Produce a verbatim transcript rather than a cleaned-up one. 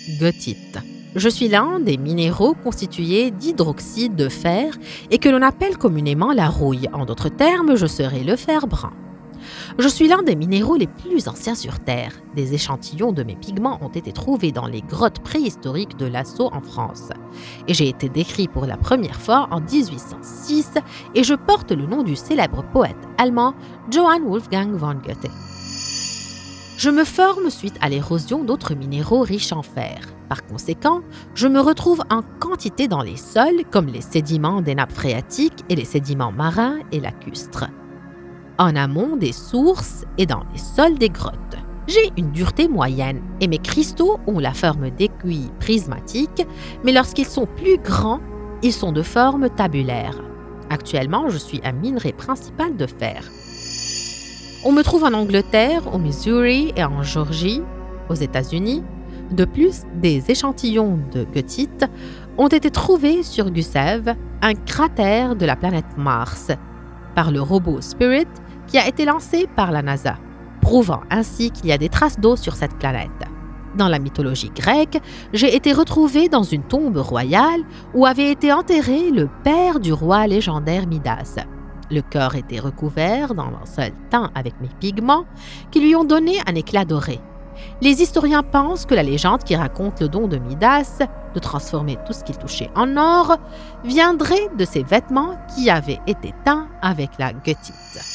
Goethite. Je suis l'un des minéraux constitués d'hydroxyde de fer et que l'on appelle communément la rouille. En d'autres termes, je serai le fer brun. Je suis l'un des minéraux les plus anciens sur Terre. Des échantillons de mes pigments ont été trouvés dans les grottes préhistoriques de Lascaux en France. Et j'ai été décrit pour la première fois en dix-huit cent six et je porte le nom du célèbre poète allemand Johann Wolfgang von Goethe. Je me forme suite à l'érosion d'autres minéraux riches en fer. Par conséquent, je me retrouve en quantité dans les sols, comme les sédiments des nappes phréatiques et les sédiments marins et lacustres, en amont des sources et dans les sols des grottes. J'ai une dureté moyenne et mes cristaux ont la forme d'aiguilles prismatiques, mais lorsqu'ils sont plus grands, ils sont de forme tabulaire. Actuellement, je suis un minerai principal de fer. On me trouve en Angleterre, au Missouri et en Géorgie, aux États-Unis. De plus, des échantillons de goethite ont été trouvés sur Gusev, un cratère de la planète Mars, par le robot Spirit qui a été lancé par la NASA, prouvant ainsi qu'il y a des traces d'eau sur cette planète. Dans la mythologie grecque, j'ai été retrouvée dans une tombe royale où avait été enterré le père du roi légendaire Midas. Le corps était recouvert d'un linceul teint avec mes pigments qui lui ont donné un éclat doré. Les historiens pensent que la légende qui raconte le don de Midas de transformer tout ce qu'il touchait en or viendrait de ses vêtements qui avaient été teints avec la goethite.